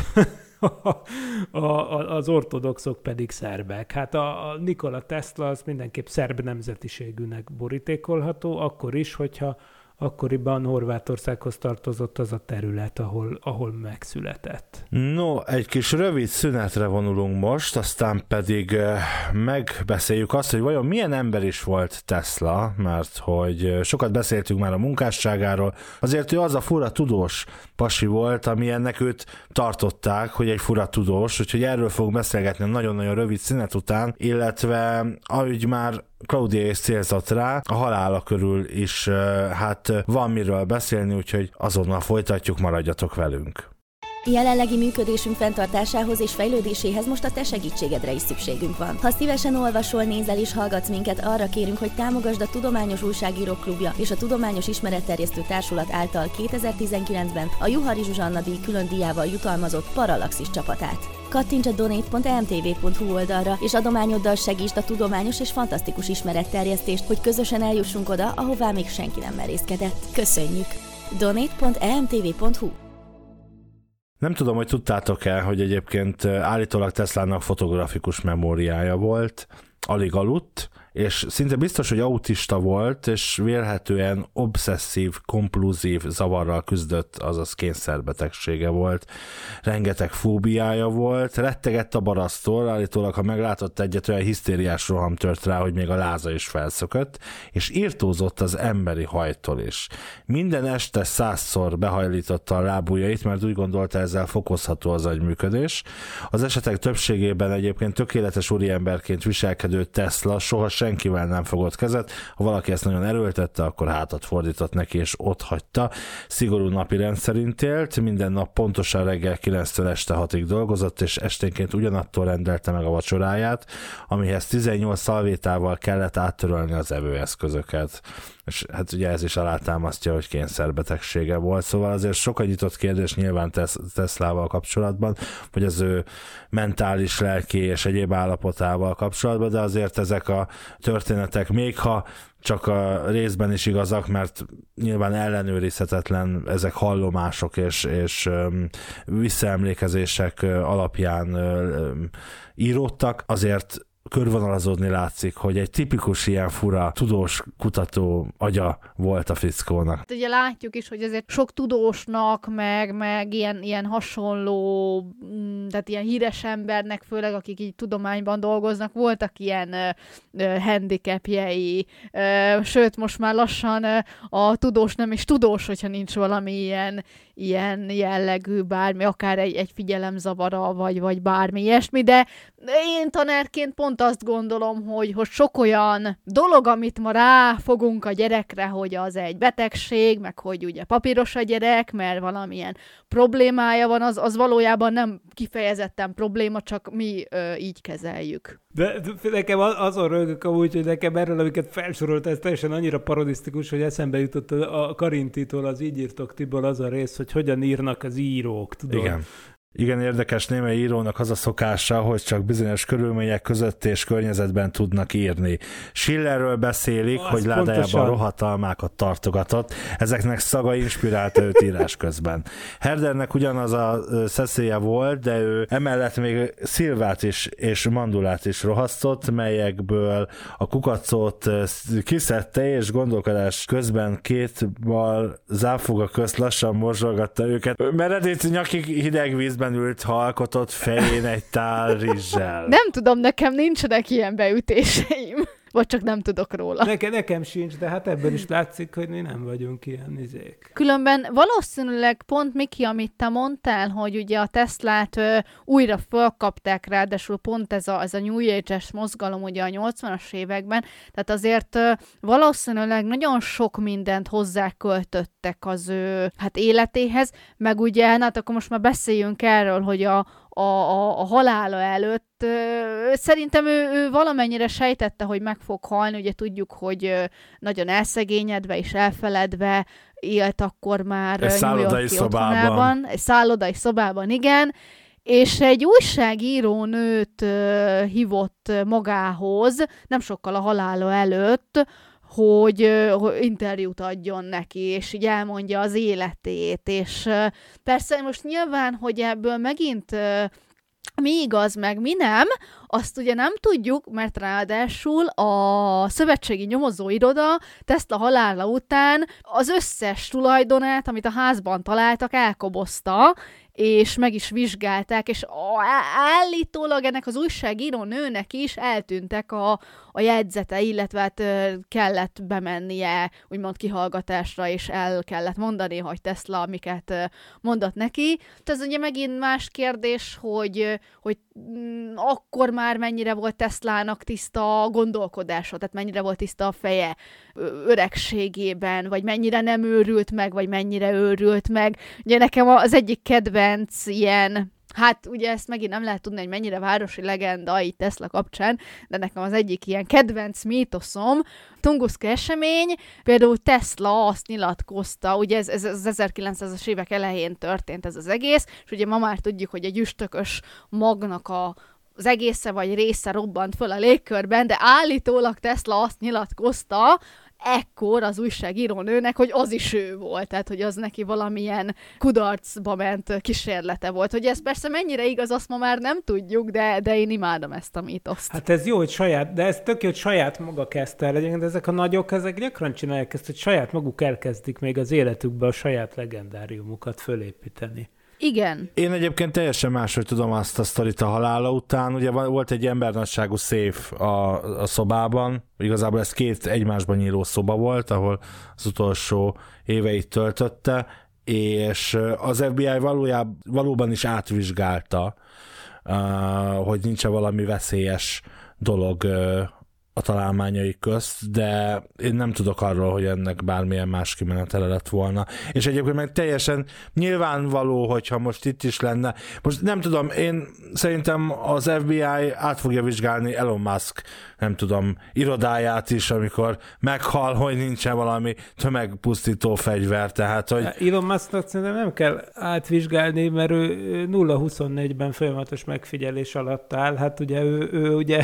a, a, az ortodoxok pedig szerbek. Hát a, a Nikola Tesla az mindenképp szerb nemzetiségűnek borítékolható, akkor is, hogyha akkoriban Horvátországhoz tartozott az a terület, ahol, ahol megszületett. No, egy kis rövid szünetre vonulunk most, aztán pedig megbeszéljük azt, hogy vajon milyen ember is volt Tesla, mert hogy sokat beszéltünk már a munkásságáról, azért ő az a fura tudós pasi volt, ami ennek őt tartották, hogy egy fura tudós, úgyhogy erről fogunk beszélgetni nagyon-nagyon rövid szünet után, illetve ahogy már Claudia is célzott rá, a halála körül is hát van miről beszélni, úgyhogy azonnal folytatjuk, maradjatok velünk. Jelenlegi működésünk fenntartásához és fejlődéséhez most a te segítségedre is szükségünk van. Ha szívesen olvasol, nézel és hallgatsz minket, arra kérünk, hogy támogasd a Tudományos Újságírók Klubja és a Tudományos Ismeretterjesztő Társulat által kétezer-tizenkilencben a Juhari Zsuzsanna díj külön díjával jutalmazott Parallaxis csapatát. Kattints a donate pont em té vé pont hu oldalra, és adományoddal segítsd a tudományos és fantasztikus ismeretterjesztést, hogy közösen eljussunk oda, ahová még senki nem merészkedett. Köszönjük! donate pont em té vé pont hu. Nem tudom, hogy tudtátok-e, hogy egyébként állítólag Teslának fotografikus memóriája volt, alig aludt, és szinte biztos, hogy autista volt, és vélhetően obszesszív, kompluzív zavarral küzdött, azaz kényszerbetegsége volt. Rengeteg fóbiája volt, rettegett a barasztól, állítólag, ha meglátott egyet, olyan hisztériás roham tört rá, hogy még a láza is felszökött, és irtózott az emberi hajtól is. Minden este százszor behajlította a lábujjait, mert úgy gondolta, ezzel fokozható az agyműködés. Az esetek többségében egyébként tökéletes úriemberként viselkedő Tesla soha senkivel nem fogott kezet, ha valaki ezt nagyon erőltette, akkor hátat fordított neki, és ott hagyta. Szigorú napi rendszerint élt, minden nap pontosan reggel kilenctől este hatig dolgozott, és esténként ugyanattól rendelte meg a vacsoráját, amihez tizennyolc szalvétával kellett áttörölni az evőeszközöket. És hát ugye ez is alátámasztja, hogy kényszerbetegsége volt, szóval azért sokat nyitott kérdés nyilván Teslával kapcsolatban, hogy az ő mentális, lelki és egyéb állapotával kapcsolatban, de azért ezek a történetek, még ha csak a részben is igazak, mert nyilván ellenőrizhetetlen ezek hallomások és, és um, visszaemlékezések alapján um, íródtak, azért körvonalazódni látszik, hogy egy tipikus ilyen fura tudós kutató agya volt a fickónak. Ugye látjuk is, hogy azért sok tudósnak, meg, meg ilyen, ilyen hasonló, tehát ilyen híres embernek, főleg akik így tudományban dolgoznak, voltak ilyen uh, handicapjei, uh, sőt, most már lassan uh, a tudós nem is tudós, hogyha nincs valami ilyen, ilyen jellegű bármi, akár egy, egy figyelemzavara, vagy, vagy bármi ilyesmi, de én tanárként pont azt gondolom, hogy, hogy sok olyan dolog, amit ma ráfogunk a gyerekre, hogy az egy betegség, meg hogy ugye papíros a gyerek, mert valamilyen problémája van, az, az valójában nem kifejezetten probléma, csak mi ö, így kezeljük. De nekem azon rögök amúgy, hogy nekem erről, amiket felsorolt, ez teljesen annyira parodisztikus, hogy eszembe jutott a Karintitól, az Így írtok Tiből az a rész, hogy hogyan írnak az írók, tudod? Igen. Igen, érdekes némely írónak az a szokása, hogy csak bizonyos körülmények között és környezetben tudnak írni. Schillerről beszélik, azt hogy ládájában rohatalmákat tartogatott, ezeknek szaga inspirálta őt írás közben. Herdernek ugyanaz a szeszélye volt, de ő emellett még szilvát is és mandulát is rohasztott, melyekből a kukacot kiszedte, és gondolkodás közben két bal záfoga közt lassan morzsolgatta őket. Meredith nyakig hideg vízben ült, halkotott fején egy tál rizssel. Nem tudom, nekem nincsenek ilyen beütéseim. Vagy csak nem tudok róla. Neke, nekem sincs, de hát ebből is látszik, hogy mi nem vagyunk ilyen izék. Különben valószínűleg pont Miki, amit te mondtál, hogy ugye a Teslát ö, újra fölkapták, ráadásul pont ez a, ez a New Age-es mozgalom ugye a nyolcvanas években, tehát azért ö, valószínűleg nagyon sok mindent hozzáköltöttek az ő hát életéhez, meg ugye, hát akkor most már beszéljünk erről, hogy a A, a, a halála előtt. Ö, szerintem ő, ő valamennyire sejtette, hogy meg fog halni, ugye tudjuk, hogy ö, nagyon elszegényedve és elfeledve élt akkor már egy New York-i otthonában. Egy szállodai szobában, igen. És egy újságíró nőt ö, hívott magához, nem sokkal a halála előtt, hogy, hogy interjút adjon neki, és így elmondja az életét, és persze most nyilván, hogy ebből megint Mi igaz, meg mi nem, azt ugye nem tudjuk, mert ráadásul a szövetségi nyomozóiroda Tesla halála után az összes tulajdonát, amit a házban találtak, elkobozta, és meg is vizsgálták, és állítólag ennek az újságíró nőnek is eltűntek a, a jegyzete, illetve hát kellett bemennie úgymond kihallgatásra, és el kellett mondani, hogy Tesla miket mondott neki. Ez ugye megint más kérdés, hogy, hogy akkor már mennyire volt Teslának tiszta a gondolkodása, tehát mennyire volt tiszta a feje öregségében, vagy mennyire nem őrült meg, vagy mennyire őrült meg. Ugye nekem az egyik kedvenc ilyen, hát ugye ezt megint nem lehet tudni, hogy mennyire városi legenda itt Tesla kapcsán, de nekem az egyik ilyen kedvenc mítoszom, Tunguszka esemény, például Tesla azt nyilatkozta, ugye ez, ez az ezerkilencszázas évek elején történt ez az egész, és ugye ma már tudjuk, hogy egy üstökös magnak a az egésze vagy része robbant föl a légkörben, de állítólag Tesla azt nyilatkozta ekkor az újságírónőnek, hogy az is ő volt, tehát hogy az neki valamilyen kudarcba ment kísérlete volt. Hogy ez persze mennyire igaz, azt ma már nem tudjuk, de, de én imádom ezt a mítoszt. Hát ez jó, hogy saját, de ez tök jó, hogy saját maga kezdte el, de ezek a nagyok, ezek gyakran csinálják ezt, hogy saját maguk elkezdik még az életükbe a saját legendáriumukat fölépíteni. Igen. Én egyébként teljesen máshogy tudom azt a sztorit a halála után. Ugye volt egy embernagyságú széf a, a szobában. Igazából ez két egymásban nyíló szoba volt, ahol az utolsó éveit töltötte, és az ef bé i valójában, valóban is átvizsgálta, hogy nincs-e valami veszélyes dolog a találmányai közt, de én nem tudok arról, hogy ennek bármilyen más kimenetele lett volna. És egyébként meg teljesen nyilvánvaló, hogyha most itt is lenne. Most nem tudom, én szerintem az ef bé i át fogja vizsgálni Elon Musk, nem tudom, irodáját is, amikor meghal, hogy nincsen valami tömegpusztító fegyver, tehát, hogy... Elon Musknak szerintem nem kell átvizsgálni, mert ő nulla huszonnégyben folyamatos megfigyelés alatt áll. Hát ugye ő, ő ugye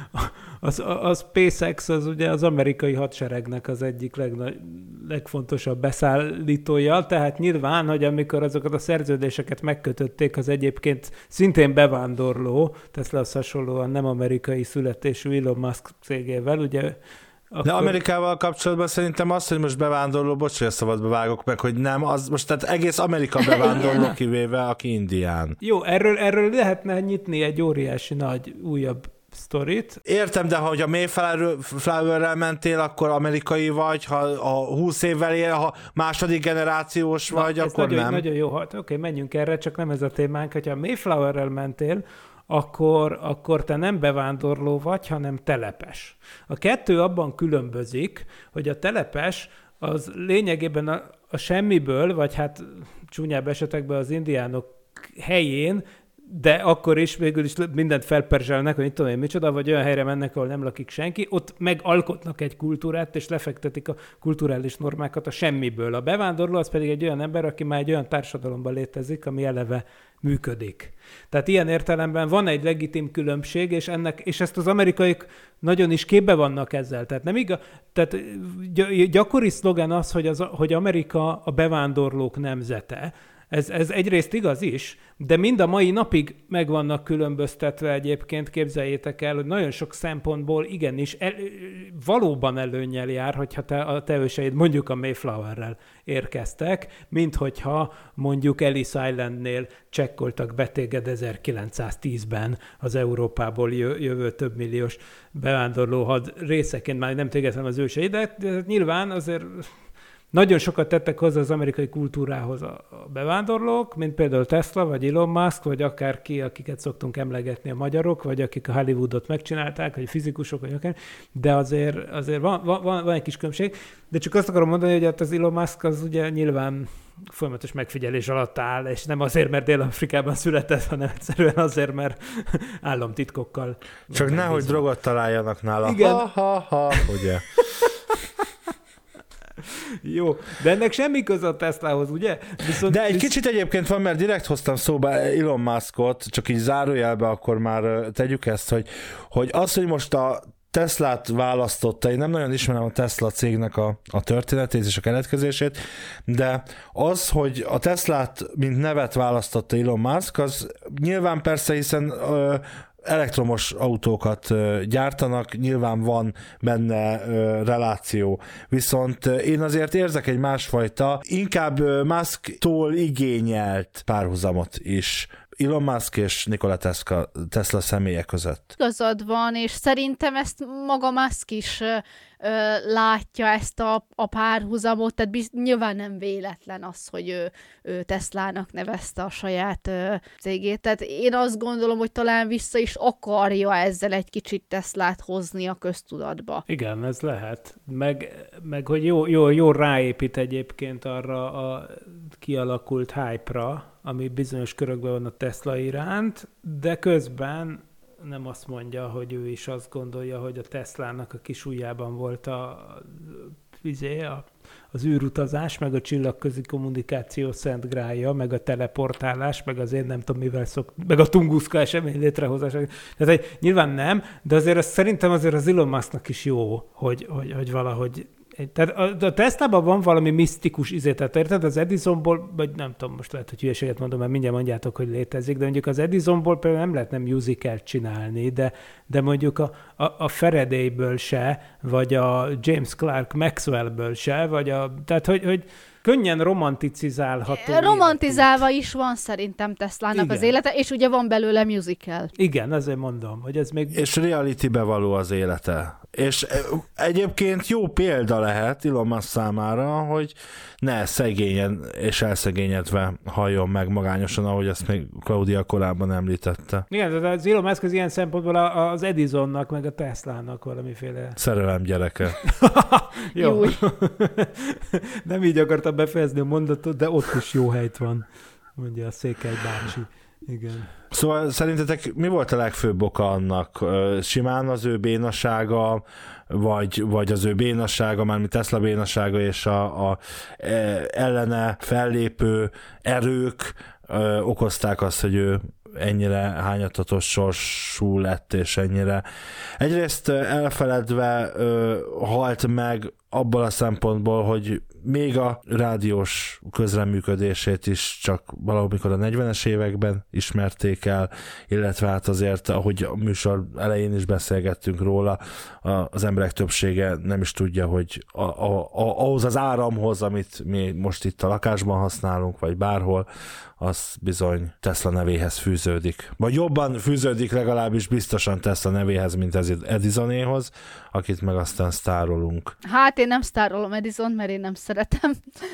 az, a SpaceX az ugye az amerikai hadseregnek az egyik legnagy, legfontosabb beszállítója, tehát nyilván, hogy amikor azokat a szerződéseket megkötötték, az egyébként szintén bevándorló, Tesla hasonlóan nem amerikai születésű Elon Musk cégével, ugye akkor... De Amerikával kapcsolatban szerintem az, hogy most bevándorló, bocs, hogy szabadba vágok meg, hogy nem, az most tehát egész Amerika bevándorló kivéve, aki indián. Jó, erről, erről lehetne nyitni egy óriási nagy újabb sztorit. Értem, de ha a Mayflowerrel mentél, akkor amerikai vagy, ha a húsz évvel él, ha második generációs vagy, Na, akkor nagyon, nem. Nagyon jó, hát oké, menjünk erre, csak nem ez a témánk. Ha a Mayflowerrel mentél, akkor, akkor te nem bevándorló vagy, hanem telepes. A kettő abban különbözik, hogy a telepes az lényegében a, a semmiből, vagy hát csúnyább esetekben az indiánok helyén, de akkor is végül is mindent felperzselnek, hogy mit tudom én micsoda, vagy olyan helyre mennek, ahol nem lakik senki, ott megalkotnak egy kultúrát, és lefektetik a kulturális normákat a semmiből. A bevándorló az pedig egy olyan ember, aki már egy olyan társadalomban létezik, ami eleve működik. Tehát ilyen értelemben van egy legitim különbség, és, ennek, és ezt az amerikaiak nagyon is képbe vannak ezzel. Tehát, nem igaz, tehát gyakori szlogen az, hogy, az, hogy Amerika a bevándorlók nemzete. Ez, ez egyrészt igaz is, de mind a mai napig meg vannak különböztetve egyébként, képzeljétek el, hogy nagyon sok szempontból igenis el, valóban előnnyel jár, hogyha te, a te őseid mondjuk a Mayflowerrel érkeztek, mint hogyha mondjuk Ellis Islandnél csekkoltak be téged ezerkilencszáztízben az Európából jövő több milliós bevándorló had részeként, már nem téged, hanem az őseid, de, de nyilván azért... Nagyon sokat tettek hozzá az amerikai kultúrához a bevándorlók, mint például Tesla, vagy Elon Musk, vagy akárki, akiket szoktunk emlegetni a magyarok, vagy akik a Hollywoodot megcsinálták, vagy fizikusok, vagy akár, de azért, azért van, van, van egy kis különbség. De csak azt akarom mondani, hogy az Elon Musk az ugye nyilván folyamatos megfigyelés alatt áll, és nem azért, mert Dél-Afrikában született, hanem egyszerűen azért, mert államtitkokkal. Csak nehogy drogot találjanak nála. Igen. Ha, ha, ha, ugye? Jó, de ennek semmi köze a Teslahoz, ugye? Viszont de egy visz... kicsit egyébként van, mert direkt hoztam szóba Elon Muskot, csak így zárójelbe akkor már tegyük ezt, hogy, hogy az, hogy most a Teslát választotta, én nem nagyon ismerem a Tesla cégnek a, a történetét és a keletkezését, de az, hogy a Teslát mint nevet választotta Elon Musk, az nyilván persze, hiszen ö, elektromos autókat gyártanak, nyilván van benne reláció. Viszont én azért érzek egy másfajta, inkább Musktól igényelt párhuzamot is Elon Musk és Nikola Tesla, Tesla személye között. Igazad van, és szerintem ezt maga Musk is ö, ö, látja, ezt a, a párhuzamot, tehát biz, nyilván nem véletlen az, hogy ő, ő Teslának nevezte a saját ö, cégét. Tehát én azt gondolom, hogy talán vissza is akarja ezzel egy kicsit Teslát hozni a köztudatba. Igen, ez lehet. Meg, meg hogy jó, jó, jó ráépít egyébként arra a kialakult hype-ra, ami bizonyos körökben van a Tesla iránt, de közben nem azt mondja, hogy ő is azt gondolja, hogy a Teslának a kis ujjában volt a, a, az űrutazás, meg a csillagközi kommunikáció szent grálja, meg a teleportálás, meg az én nem tudom mivel szok, meg a Tunguszka esemény létrehozása. Tehát hogy nyilván nem, de azért az, szerintem azért az Elon Musknak is jó, hogy, hogy, hogy valahogy tehát a Teslában van valami misztikus izé, tehát érted? Az Edisonból, vagy nem tudom, most lehet, hogy hülyeséget mondom, mert mindjárt mondjátok, hogy létezik, de mondjuk az Edisonból például nem lehetne musicalt csinálni, de, de mondjuk a, a, a Faradayből se, vagy a James Clerk Maxwellből se, vagy a, tehát hogy, hogy könnyen romanticizálható. Romantizálva is van szerintem Teslának az élete, és ugye van belőle musical. Igen, azért mondom, hogy ez még... És reality-be való az élete. És egyébként jó példa lehet Elon Musk számára, hogy ne szegényen és elszegényedve halljon meg magányosan, ahogy ezt még Claudia korábban említette. Igen, de az Elon Musk az ilyen szempontból az Edisonnak, meg a Teslának valamiféle... Szerelem gyereke. Jó. Nem így akartam befejezni a mondatot, de ott is jó helyt van, mondja a Székely bácsi. Igen. Szóval szerintetek mi volt a legfőbb oka annak? Simán az ő bénasága, vagy, vagy az ő bénasága, mármint Tesla bénasága és a, a ellene fellépő erők ö, okozták azt, hogy ő ennyire hányatatos sorsú lett, és ennyire egyrészt elfeledve ö, halt meg abból a szempontból, hogy még a rádiós közreműködését is csak valamikor a negyvenes években ismerték el, illetve hát azért, ahogy a műsor elején is beszélgettünk róla, az emberek többsége nem is tudja, hogy a, a, a, ahhoz az áramhoz, amit mi most itt a lakásban használunk, vagy bárhol, az bizony Tesla nevéhez fűződik. Vagy jobban fűződik legalábbis biztosan Tesla nevéhez, mint ez Edisonéhoz, akit meg aztán sztárolunk. Hát én nem sztárolom Edison, mert én nem szeretem.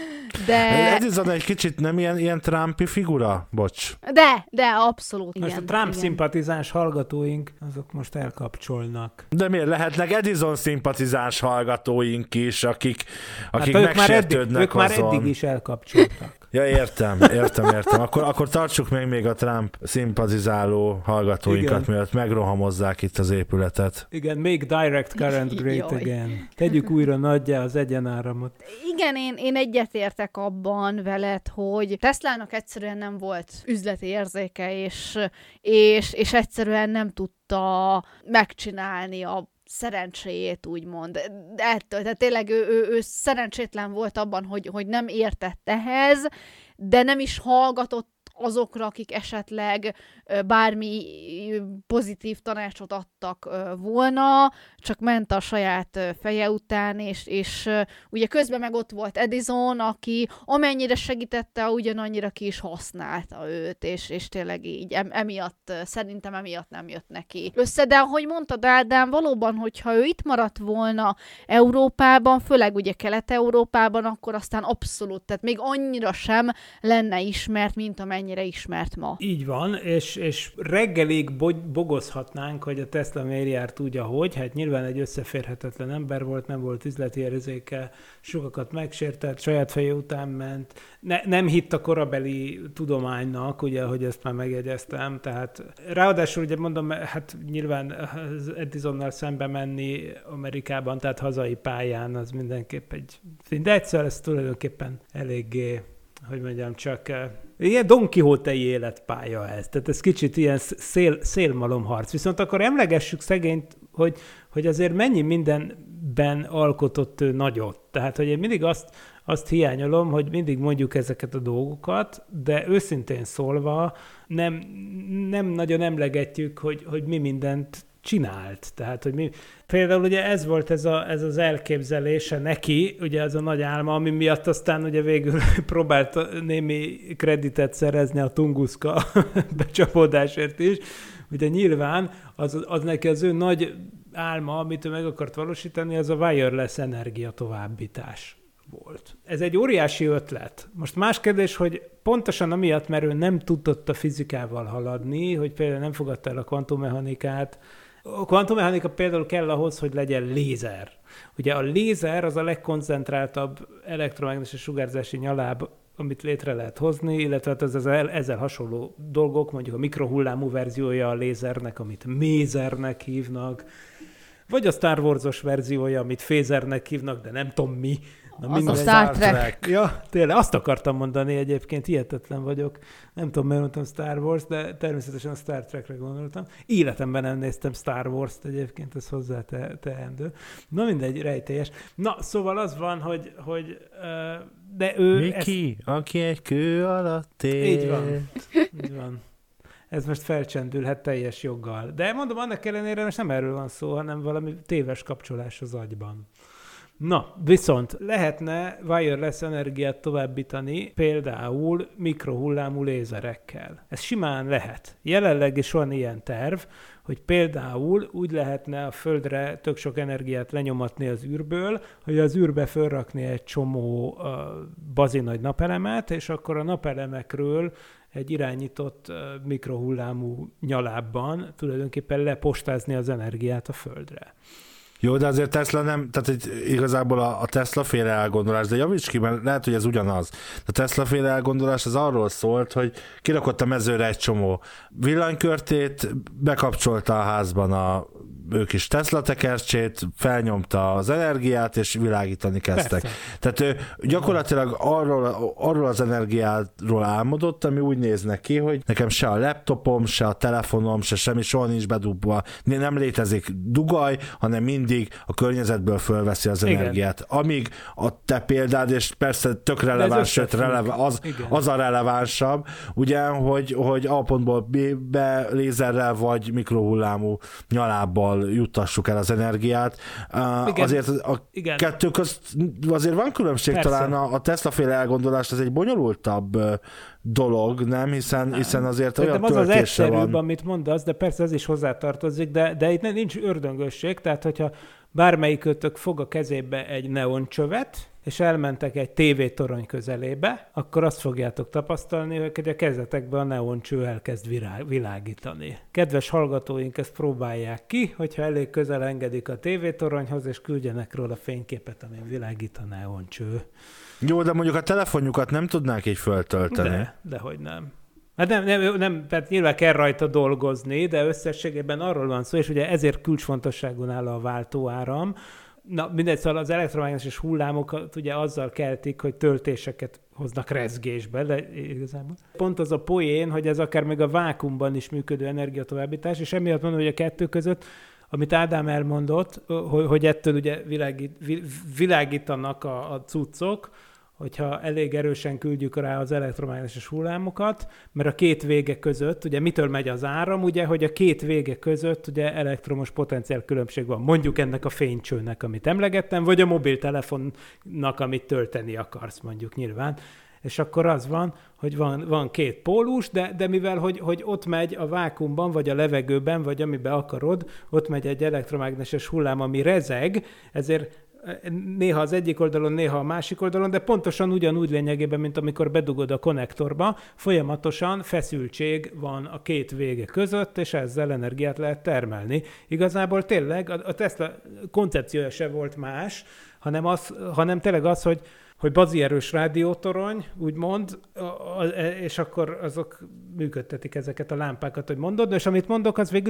De... Edison egy kicsit nem ilyen, ilyen Trumpi figura? Bocs. De, de abszolút. Most igen, a Trump igen. szimpatizáns hallgatóink, azok most elkapcsolnak. De miért lehetnek Edison szimpatizáns hallgatóink is, akik, akik hát megsértődnek ők már eddig, ők már eddig is elkapcsoltak. Ja, értem, értem, értem. Akkor, akkor tartsuk meg még a Trump szimpatizáló hallgatóinkat, igen, mielőtt megrohamozzák itt az épületet. Igen, make direct current great Jaj. again. Tegyük újra nagyjá az egyenáramot. Igen, én, én egyetértek abban veled, hogy Teslának egyszerűen nem volt üzleti érzéke, és, és, és egyszerűen nem tudta megcsinálni a szerencséjét, úgymond. De ettől, tehát tényleg ő, ő, ő szerencsétlen volt abban, hogy, hogy nem értett ehhez, de nem is hallgatott azokra, akik esetleg bármi pozitív tanácsot adtak volna, csak ment a saját feje után, és, és ugye közben meg ott volt Edison, aki amennyire segítette, ugyanannyira ki is használta őt, és, és tényleg így emiatt, szerintem emiatt nem jött neki össze. De ahogy mondtad, Ádám, valóban, hogyha ő itt maradt volna Európában, főleg ugye Kelet-Európában, akkor aztán abszolút, tehát még annyira sem lenne ismert, mint amennyire ismert ma. Így van, és, és reggelig bogozhatnánk, hogy a Tesla miért járt úgy, ahogy. Hát nyilván egy összeférhetetlen ember volt, nem volt üzleti érzéke, sokakat megsértett, saját feje után ment. Ne, nem hitt a korabeli tudománynak, ugye, hogy ezt már megjegyeztem. Tehát ráadásul ugye mondom, hát nyilván az Edisonnal szembe menni Amerikában, tehát hazai pályán, az mindenképp egy... De egyszer ez tulajdonképpen eléggé, hogy mondjam, csak... Ilyen Don Quixote-i életpálya ez. Tehát ez kicsit ilyen szél, szélmalomharc. Viszont akkor emlegessük szegényt, hogy, hogy azért mennyi mindenben alkotott ő nagyot. Tehát, hogy én mindig azt, azt hiányolom, hogy mindig mondjuk ezeket a dolgokat, de őszintén szólva nem, nem nagyon emlegetjük, hogy, hogy mi mindent csinált. Tehát, hogy mi... Például ugye ez volt ez, a, ez az elképzelése neki, ugye az a nagy álma, ami miatt aztán ugye végül próbált némi kreditet szerezni a Tunguszka becsapódásért is. Ugye nyilván az, az neki az ő nagy álma, amit ő meg akart valósítani, az a wireless energia továbbítás volt. Ez egy óriási ötlet. Most más kérdés, hogy pontosan amiatt, mert ő nem tudott a fizikával haladni, hogy például nem fogadta el a kvantummechanikát. A kvantummechanika például kell ahhoz, hogy legyen lézer. Ugye a lézer az a legkoncentráltabb elektromágneses sugárzási nyaláb, amit létre lehet hozni, illetve az ezzel, ezzel hasonló dolgok, mondjuk a mikrohullámú verziója a lézernek, amit mézernek hívnak, vagy a Star Wars-os verziója, amit fézernek hívnak, de nem tudom mi. Na, az a Star Trek. Trek. Ja, tényleg, azt akartam mondani egyébként, hihetetlen vagyok. Nem tudom, miért mondtam Star Wars, de természetesen a Star Trekre gondoltam. Életemben nem néztem Star Wars-t egyébként, ez hozzá te, teendő. Na mindegy, rejtélyes. Na, szóval az van, hogy, hogy de ő... Miki, ezt... aki egy kő alatt él. Így van. Így van. Ez most felcsendülhet teljes joggal. De mondom, annak ellenére most nem erről van szó, hanem valami téves kapcsolás az agyban. Na, viszont lehetne wireless energiát továbbítani például mikrohullámú lézerekkel. Ez simán lehet. Jelenleg is van ilyen terv, hogy például úgy lehetne a Földre tök sok energiát lenyomatni az űrből, hogy az űrbe fölrakni egy csomó uh, bazinagy napelemet, és akkor a napelemekről egy irányított uh, mikrohullámú nyalábban tulajdonképpen lepostázni az energiát a Földre. Jó, de azért Tesla nem, tehát igazából a, a Tesla féle elgondolás, de javíts ki, mert lehet, hogy ez ugyanaz. A Tesla féle elgondolás az arról szólt, hogy kirakott a mezőre egy csomó villanykörtét, bekapcsolta a házban a ő kis Tesla tekercsét, felnyomta az energiát, és világítani kezdtek. Persze. Tehát ő gyakorlatilag arról, arról az energiáról álmodott, ami úgy néznek ki, hogy nekem se a laptopom, se a telefonom, se semmi, soha nincs bedugva. Nem létezik dugaj, hanem mindig a környezetből fölveszi az igen. energiát. Amíg a te példád, és persze tök releváns, sőt, releva, az, az a relevánsabb, ugye, hogy, hogy A pontból B-be lézerrel vagy mikrohullámú nyalábbal juttassuk el az energiát. Igen. Azért a igen. kettő közt azért van különbség. Persze. Talán a, a Tesla-féle elgondolás az egy bonyolultabb dolog, nem? Hiszen, nem. hiszen azért olyan töltése van. Az az egyszerűbb, amit mondasz, de persze ez is hozzátartozik, de, de itt nincs ördöngösség, tehát hogyha bármelyikötök fog a kezébe egy neoncsövet, és elmentek egy tévétorony közelébe, akkor azt fogjátok tapasztalni, hogy a kezetekben a neoncső elkezd világítani. Kedves hallgatóink ezt próbálják ki, hogyha elég közel engedik a tévétoronyhoz, és küldjenek róla fényképet, amin világít a neoncső. Jó, de mondjuk a telefonjukat nem tudnák így föltölteni. De, dehogy nem. Hát nem, nem, nem, tehát nyilván kell rajta dolgozni, de összességében arról van szó, és ugye ezért kulcsfontosságú áll a váltóáram. Na, mindegy, szóval az elektromágneses hullámokat ugye azzal keltik, hogy töltéseket hoznak rezgésbe, de igazából. Pont az a poén, hogy ez akár még a vákuumban is működő energiatovábbítás, és emiatt mondom, hogy a kettő között, amit Ádám elmondott, hogy ettől ugye világít, világítanak a, a cuccok, hogyha elég erősen küldjük rá az elektromágneses hullámokat, mert a két vége között, ugye mitől megy az áram, ugye, hogy a két vége között ugye elektromos potenciál különbség van. Mondjuk ennek a fénycsőnek, amit emlegettem, vagy a mobiltelefonnak, amit tölteni akarsz, mondjuk nyilván. És akkor az van, hogy van, van két pólus, de, de mivel, hogy, hogy ott megy a vákuumban, vagy a levegőben, vagy amiben akarod, ott megy egy elektromágneses hullám, ami rezeg, ezért néha az egyik oldalon, néha a másik oldalon, de pontosan ugyanúgy lényegében, mint amikor bedugod a konnektorba, folyamatosan feszültség van a két vége között, és ezzel energiát lehet termelni. Igazából tényleg a Tesla koncepciója se volt más, hanem, az, hanem tényleg az, hogy hogy bazierős rádiótorony, úgymond, és akkor azok működtetik ezeket a lámpákat, hogy mondod, és amit mondok, az végül is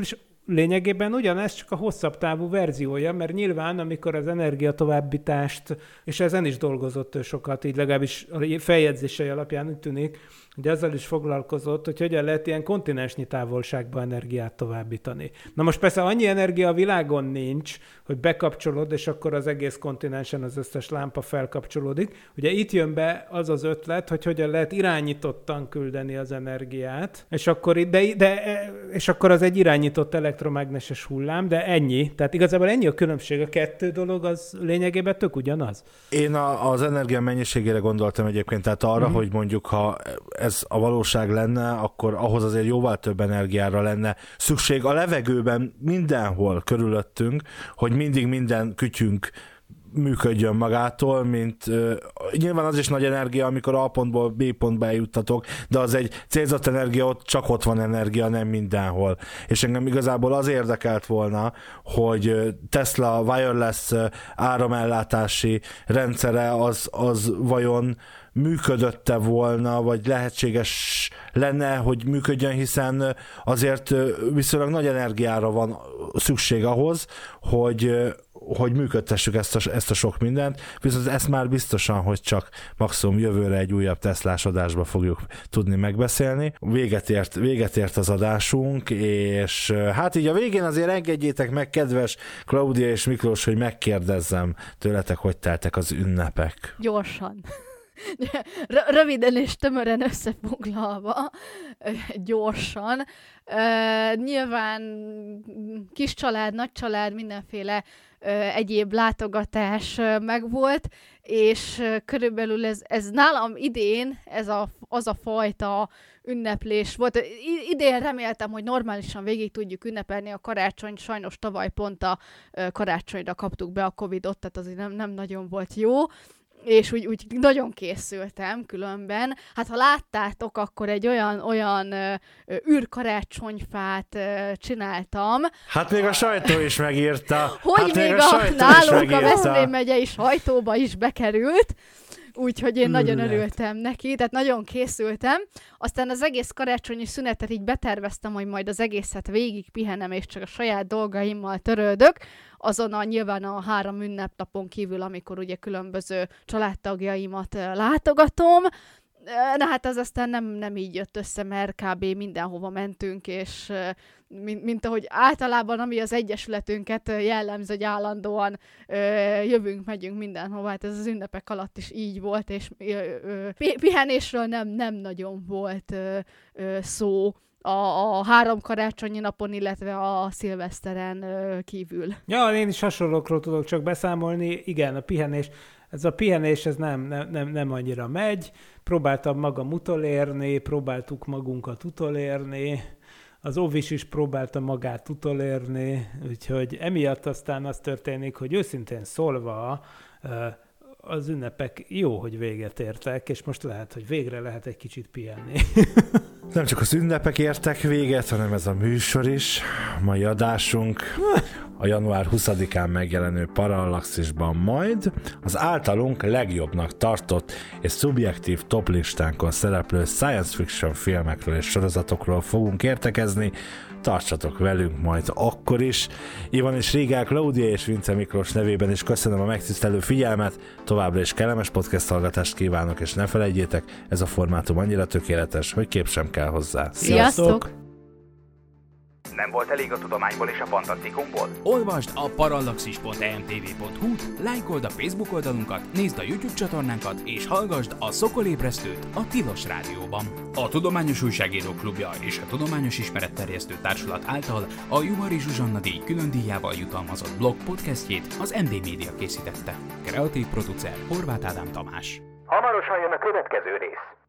lényegében ugyanez, csak a hosszabb távú verziója, mert nyilván, amikor az energiatovábbítást, és ezen is dolgozott ő sokat, így legalábbis a feljegyzései alapján úgy tűnik, hogy azzal is foglalkozott, hogy hogyan lehet ilyen kontinensnyi távolságba energiát továbbítani. Na most persze annyi energia a világon nincs, hogy bekapcsolod, és akkor az egész kontinensen az összes lámpa felkapcsolódik. Ugye itt jön be az az ötlet, hogy hogyan lehet irányítottan küldeni az energiát, és akkor, de, de, és akkor az egy irányított elektromágneses hullám, de ennyi. Tehát igazából ennyi a különbség. A kettő dolog az lényegében tök ugyanaz. Én a, az energia mennyiségére gondoltam egyébként, tehát arra, uh-huh. hogy mondjuk, ha ez a valóság lenne, akkor ahhoz azért jóval több energiára lenne szükség a levegőben mindenhol körülöttünk, hogy mindig minden kütyünk működjön magától, mint uh, nyilván az is nagy energia, amikor A pontból B pontba eljuttatok, de az egy célzott energia, ott csak ott van energia, nem mindenhol. És engem igazából az érdekelt volna, hogy Tesla wireless áramellátási rendszere az, az vajon működötte volna, vagy lehetséges lenne, hogy működjön, hiszen azért viszonylag nagy energiára van szükség ahhoz, hogy, hogy működtessük ezt a, ezt a sok mindent, viszont ezt már biztosan, hogy csak maximum jövőre egy újabb Teslás adásba fogjuk tudni megbeszélni. Véget ért, véget ért az adásunk, és hát így a végén azért engedjétek meg, kedves Klaudia és Miklós, hogy megkérdezzem tőletek, hogy teltek az ünnepek. Gyorsan. R- röviden és tömören összefoglalva, gyorsan. Uh, nyilván kis család, nagy család, mindenféle uh, egyéb látogatás uh, megvolt, és uh, körülbelül ez, ez nálam idén ez a, az a fajta ünneplés volt. I- idén reméltem, hogy normálisan végig tudjuk ünnepelni a karácsonyt, sajnos tavaly pont a uh, karácsonyra kaptuk be a Covidot, tehát azért nem, nem nagyon volt jó. És úgy, úgy nagyon készültem különben. Hát ha láttátok, akkor egy olyan, olyan ö, ö, űrkarácsonyfát ö, csináltam. Hát még a sajtó is megírta. Hogy hát még, még a, a nálunk a Veszprém megyei sajtóba is bekerült. Úgyhogy én nagyon Lett. örültem neki, tehát nagyon készültem. Aztán az egész karácsonyi szünetet így beterveztem, hogy majd az egészet végig pihenem, és csak a saját dolgaimmal törődök. Azon a nyilván a három ünnepnapon kívül, amikor ugye különböző családtagjaimat látogatom. Na hát az aztán nem, nem így jött össze, mert kb. Mindenhova mentünk, és mint, mint ahogy általában, ami az egyesületünket jellemző, hogy állandóan ö, jövünk, megyünk mindenhova, hát ez az ünnepek alatt is így volt, és ö, ö, pihenésről nem, nem nagyon volt ö, ö, szó. A, a három karácsonyi napon, illetve a szilveszteren ö, kívül. Ja, én is hasonlókról tudok csak beszámolni. Igen, a pihenés, ez a pihenés ez nem, nem, nem, nem annyira megy. Próbáltam magam utolérni, próbáltuk magunkat utolérni, az Ovis is próbálta magát utolérni, úgyhogy emiatt aztán az történik, hogy őszintén szólva az ünnepek jó, hogy véget értek, és most lehet, hogy végre lehet egy kicsit pihenni. Nem csak az ünnepek értek véget, hanem ez a műsor is. A mai adásunk a január huszadikán megjelenő Parallaxisban majd az általunk legjobbnak tartott és szubjektív toplistánkon szereplő science fiction filmekről és sorozatokról fogunk értekezni. Tartsatok velünk majd akkor is. Ivan és Rigál, Klaudia és Vince Miklós nevében is köszönöm a megtisztelő figyelmet, továbbra is kellemes podcast hallgatást kívánok, és ne felejtjétek, ez a formátum annyira tökéletes, hogy kép sem kell hozzá. Sziasztok! Nem volt elég a tudományból és a fantasztikumból? Olvasd a parallaxis pont e m t v pont h u-t, lájkold a Facebook oldalunkat, nézd a YouTube csatornánkat, és hallgasd a Szokolébresztőt a Tilos Rádióban. A Tudományos Újságírók Klubja és a Tudományos Ismeretterjesztő Társulat által a Juhari Zsuzsanna díj külön díjával jutalmazott blog podcastjét az em dé Média készítette. Kreatív producer Horváth Ádám Tamás. Hamarosan jön a következő rész.